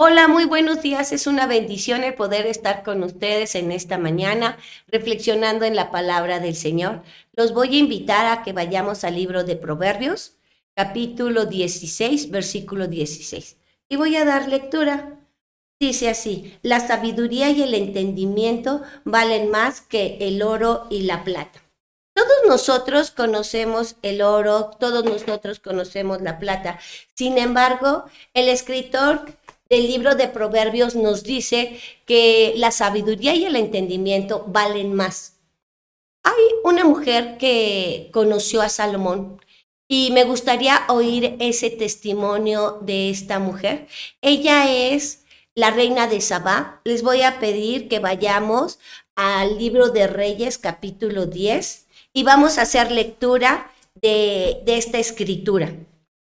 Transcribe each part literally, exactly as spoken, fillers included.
Hola, muy buenos días. Es una bendición el poder estar con ustedes en esta mañana, reflexionando en la palabra del Señor. Los voy a invitar a que vayamos al libro de Proverbios, capítulo dieciséis, versículo dieciséis. Y voy a dar lectura. Dice así: la sabiduría y el entendimiento valen más que el oro y la plata. Todos nosotros conocemos el oro, todos nosotros conocemos la plata. Sin embargo, el escritor del libro de Proverbios nos dice que la sabiduría y el entendimiento valen más. Hay una mujer que conoció a Salomón y me gustaría oír ese testimonio de esta mujer. Ella es la reina de Sabá. Les voy a pedir que vayamos al libro de Reyes, capítulo diez, y vamos a hacer lectura de, de esta escritura.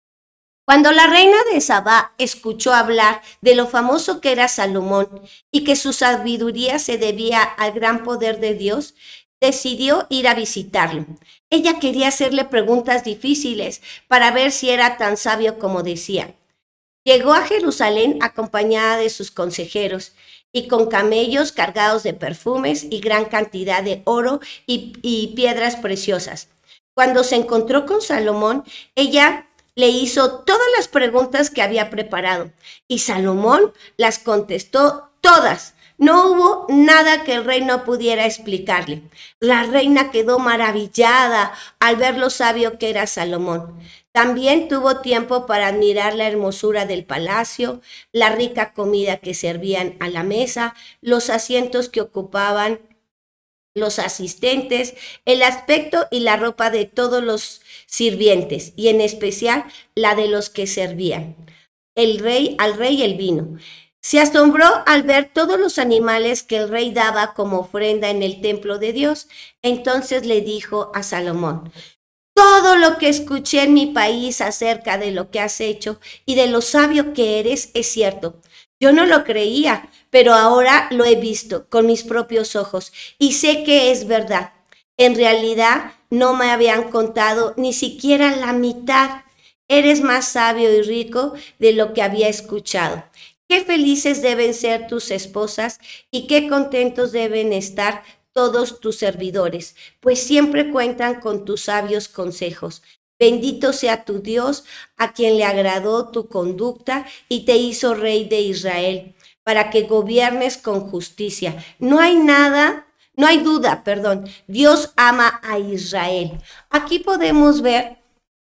Cuando la reina de Sabá escuchó hablar de lo famoso que era Salomón y que su sabiduría se debía al gran poder de Dios, decidió ir a visitarlo. Ella quería hacerle preguntas difíciles para ver si era tan sabio como decía. Llegó a Jerusalén acompañada de sus consejeros y con camellos cargados de perfumes y gran cantidad de oro y, y piedras preciosas. Cuando se encontró con Salomón, ella le hizo todas las preguntas que había preparado y Salomón las contestó todas. No hubo nada que el rey no pudiera explicarle. La reina quedó maravillada al ver lo sabio que era Salomón. También tuvo tiempo para admirar la hermosura del palacio, la rica comida que servían a la mesa, los asientos que ocupaban los asistentes, el aspecto y la ropa de todos los sirvientes, y en especial la de los que servían. El rey, al rey el vino. Se asombró al ver todos los animales que el rey daba como ofrenda en el templo de Dios. Entonces le dijo a Salomón: todo lo que escuché en mi país acerca de lo que has hecho y de lo sabio que eres es cierto. Yo no lo creía, pero ahora lo he visto con mis propios ojos y sé que es verdad. En realidad no me habían contado ni siquiera la mitad. Eres más sabio y rico de lo que había escuchado. Qué felices deben ser tus esposas y qué contentos deben estar todos tus servidores, pues siempre cuentan con tus sabios consejos. Bendito sea tu Dios, a quien le agradó tu conducta y te hizo rey de Israel, para que gobiernes con justicia. No hay nada, no hay duda, perdón, Dios ama a Israel. Aquí podemos ver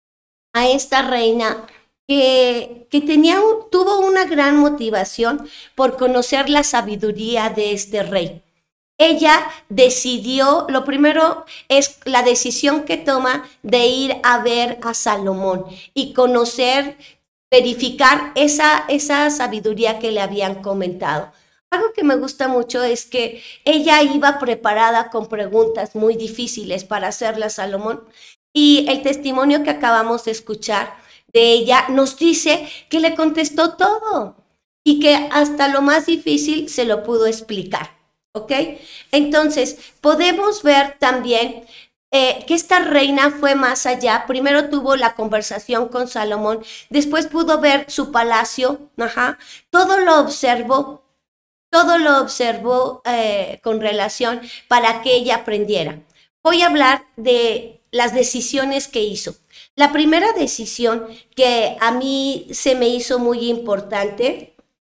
a esta reina que, que tenía un, tuvo una gran motivación por conocer la sabiduría de este rey. Ella decidió, lo primero es la decisión que toma de ir a ver a Salomón y conocer, verificar esa, esa sabiduría que le habían comentado. Algo que me gusta mucho es que ella iba preparada con preguntas muy difíciles para hacerle a Salomón, y el testimonio que acabamos de escuchar de ella nos dice que le contestó todo y que hasta lo más difícil se lo pudo explicar. ¿Ok? Entonces, podemos ver también eh, que esta reina fue más allá. Primero tuvo la conversación con Salomón, después pudo ver su palacio, ajá, todo lo observó, todo lo observó eh, con relación para que ella aprendiera. Voy a hablar de las decisiones que hizo. La primera decisión que a mí se me hizo muy importante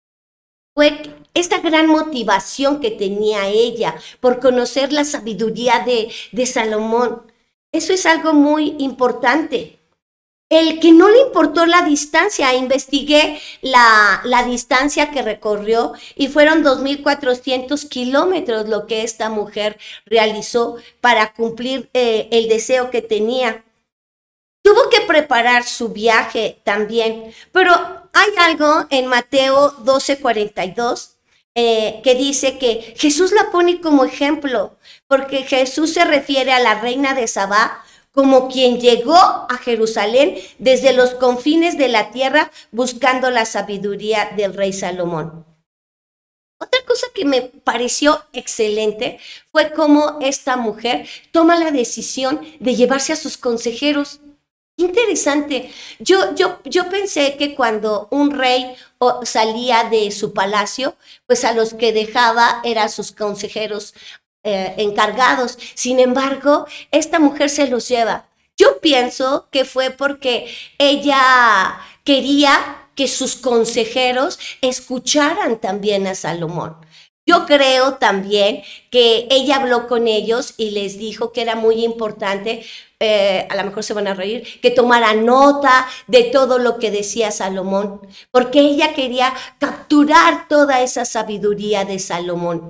fue esta gran motivación que tenía ella por conocer la sabiduría de, de Salomón. Eso es algo muy importante. El que no le importó la distancia, investigué la, la distancia que recorrió y fueron dos mil cuatrocientos kilómetros lo que esta mujer realizó para cumplir eh, el deseo que tenía. Tuvo que preparar su viaje también, pero hay algo en Mateo doce cuarenta y dos eh, que dice que Jesús la pone como ejemplo, porque Jesús se refiere a la reina de Sabá como quien llegó a Jerusalén desde los confines de la tierra buscando la sabiduría del rey Salomón. Otra cosa que me pareció excelente fue cómo esta mujer toma la decisión de llevarse a sus consejeros. Interesante. Yo, yo, yo pensé que cuando un rey o, salía de su palacio, pues a los que dejaba eran sus consejeros eh, encargados. Sin embargo, esta mujer se los lleva. Yo pienso que fue porque ella quería que sus consejeros escucharan también a Salomón. Yo creo también que ella habló con ellos y les dijo que era muy importante, eh, a lo mejor se van a reír, que tomara nota de todo lo que decía Salomón, porque ella quería capturar toda esa sabiduría de Salomón.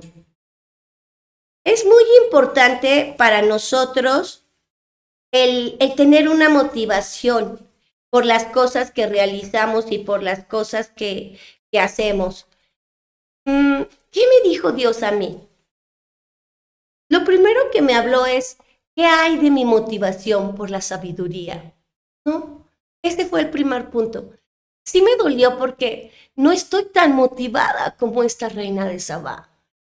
Es muy importante para nosotros el, el tener una motivación por las cosas que realizamos y por las cosas que, que hacemos. Mm, ¿Qué me dijo Dios a mí? Lo primero que me habló es, ¿qué hay de mi motivación por la sabiduría? ¿No? Este fue el primer punto. Sí me dolió porque no estoy tan motivada como esta reina de Sabá.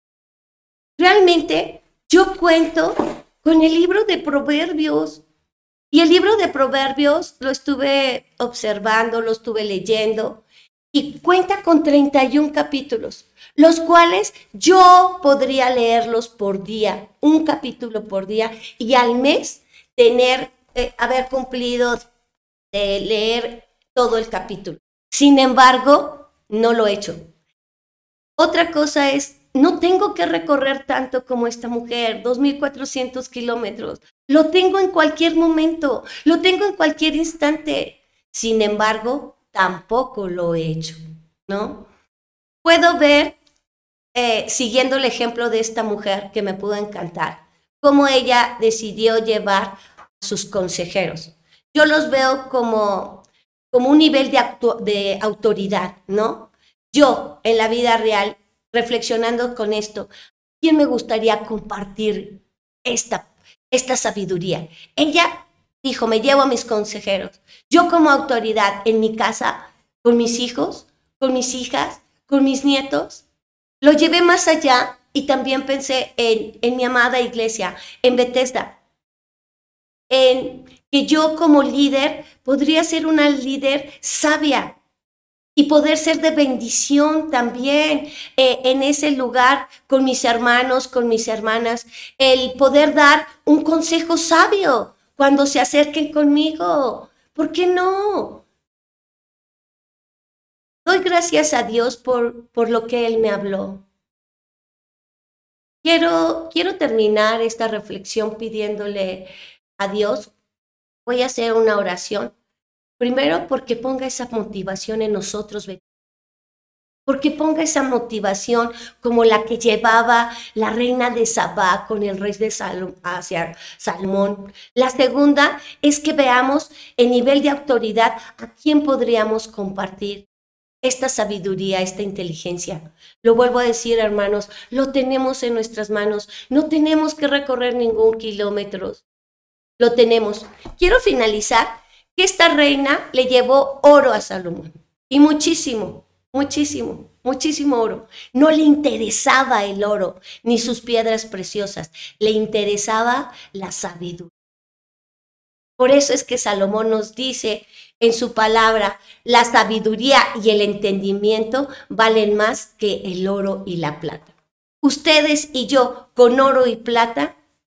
Realmente yo cuento con el libro de Proverbios y el libro de Proverbios lo estuve observando, lo estuve leyendo y cuenta con treinta y un capítulos, los cuales yo podría leerlos por día, un capítulo por día, y al mes tener, eh, haber cumplido de leer todo el capítulo. Sin embargo, no lo he hecho. Otra cosa es, no tengo que recorrer tanto como esta mujer, dos mil cuatrocientos kilómetros. Lo tengo en cualquier momento, lo tengo en cualquier instante. Sin embargo, tampoco lo he hecho, ¿no? Puedo ver, eh, siguiendo el ejemplo de esta mujer que me pudo encantar, cómo ella decidió llevar a sus consejeros. Yo los veo como, como un nivel de, de autoridad, ¿no? Yo, en la vida real, reflexionando con esto, ¿quién me gustaría compartir esta, esta sabiduría? Ella dijo, me llevo a mis consejeros. Yo como autoridad en mi casa, con mis hijos, con mis hijas, con mis nietos, lo llevé más allá y también pensé en, en mi amada iglesia, en Bethesda, en que yo como líder podría ser una líder sabia y poder ser de bendición también eh, en ese lugar con mis hermanos, con mis hermanas, el poder dar un consejo sabio cuando se acerquen conmigo. ¿Por qué no? Doy gracias a Dios por, por lo que Él me habló. Quiero, quiero terminar esta reflexión pidiéndole a Dios. Voy a hacer una oración. Primero, porque ponga esa motivación en nosotros, porque ponga esa motivación como la que llevaba la reina de Sabá con el rey de Salom, hacia Salmón. La segunda es que veamos el nivel de autoridad a quién podríamos compartir esta sabiduría, esta inteligencia. Lo vuelvo a decir, hermanos, lo tenemos en nuestras manos. No tenemos que recorrer ningún kilómetro. Lo tenemos. Quiero finalizar que esta reina le llevó oro a Salomón. Y muchísimo, muchísimo, muchísimo oro. No le interesaba el oro ni sus piedras preciosas. Le interesaba la sabiduría. Por eso es que Salomón nos dice en su palabra, la sabiduría y el entendimiento valen más que el oro y la plata. Ustedes y yo, con oro y plata,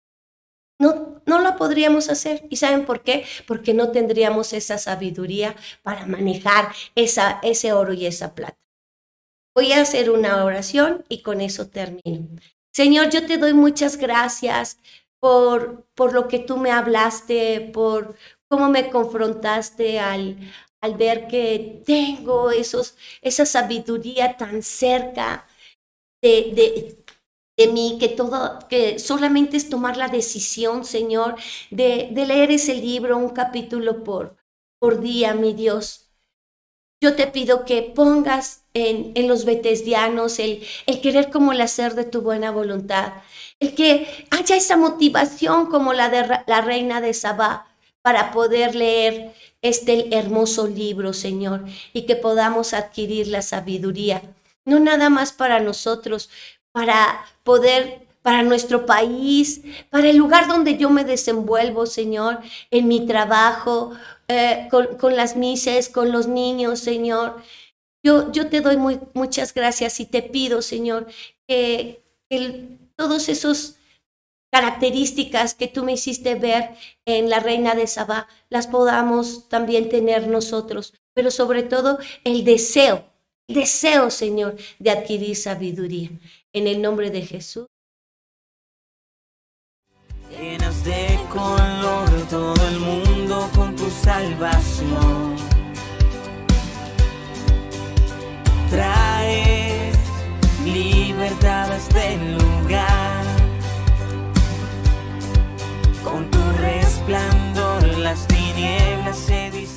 no, no lo podríamos hacer. ¿Y saben por qué? Porque no tendríamos esa sabiduría para manejar esa, ese oro y esa plata. Voy a hacer una oración y con eso termino. Señor, yo te doy muchas gracias por, por lo que tú me hablaste, por cómo me confrontaste al, al ver que tengo esos, esa sabiduría tan cerca de, de, de mí, que, todo, que solamente es tomar la decisión, Señor, de, de leer ese libro, un capítulo por, por día, mi Dios. Yo te pido que pongas en, en los betesdianos el, el querer como el hacer de tu buena voluntad, el que haya esa motivación como la de la reina de Sabá para poder leer este hermoso libro, Señor, y que podamos adquirir la sabiduría, no nada más para nosotros, para poder, para nuestro país, para el lugar donde yo me desenvuelvo, Señor, en mi trabajo, eh, con, con las mises, con los niños, Señor. Yo, yo te doy muy, muchas gracias y te pido, Señor, que el, todos esos características que tú me hiciste ver en la Reina de Sabá las podamos también tener nosotros, pero sobre todo el deseo, el deseo, Señor, de adquirir sabiduría. En el nombre de Jesús. Llenas de color todo el mundo con tu salvación. Traes libertad a este lugar. Con tu resplandor las tinieblas se disipan.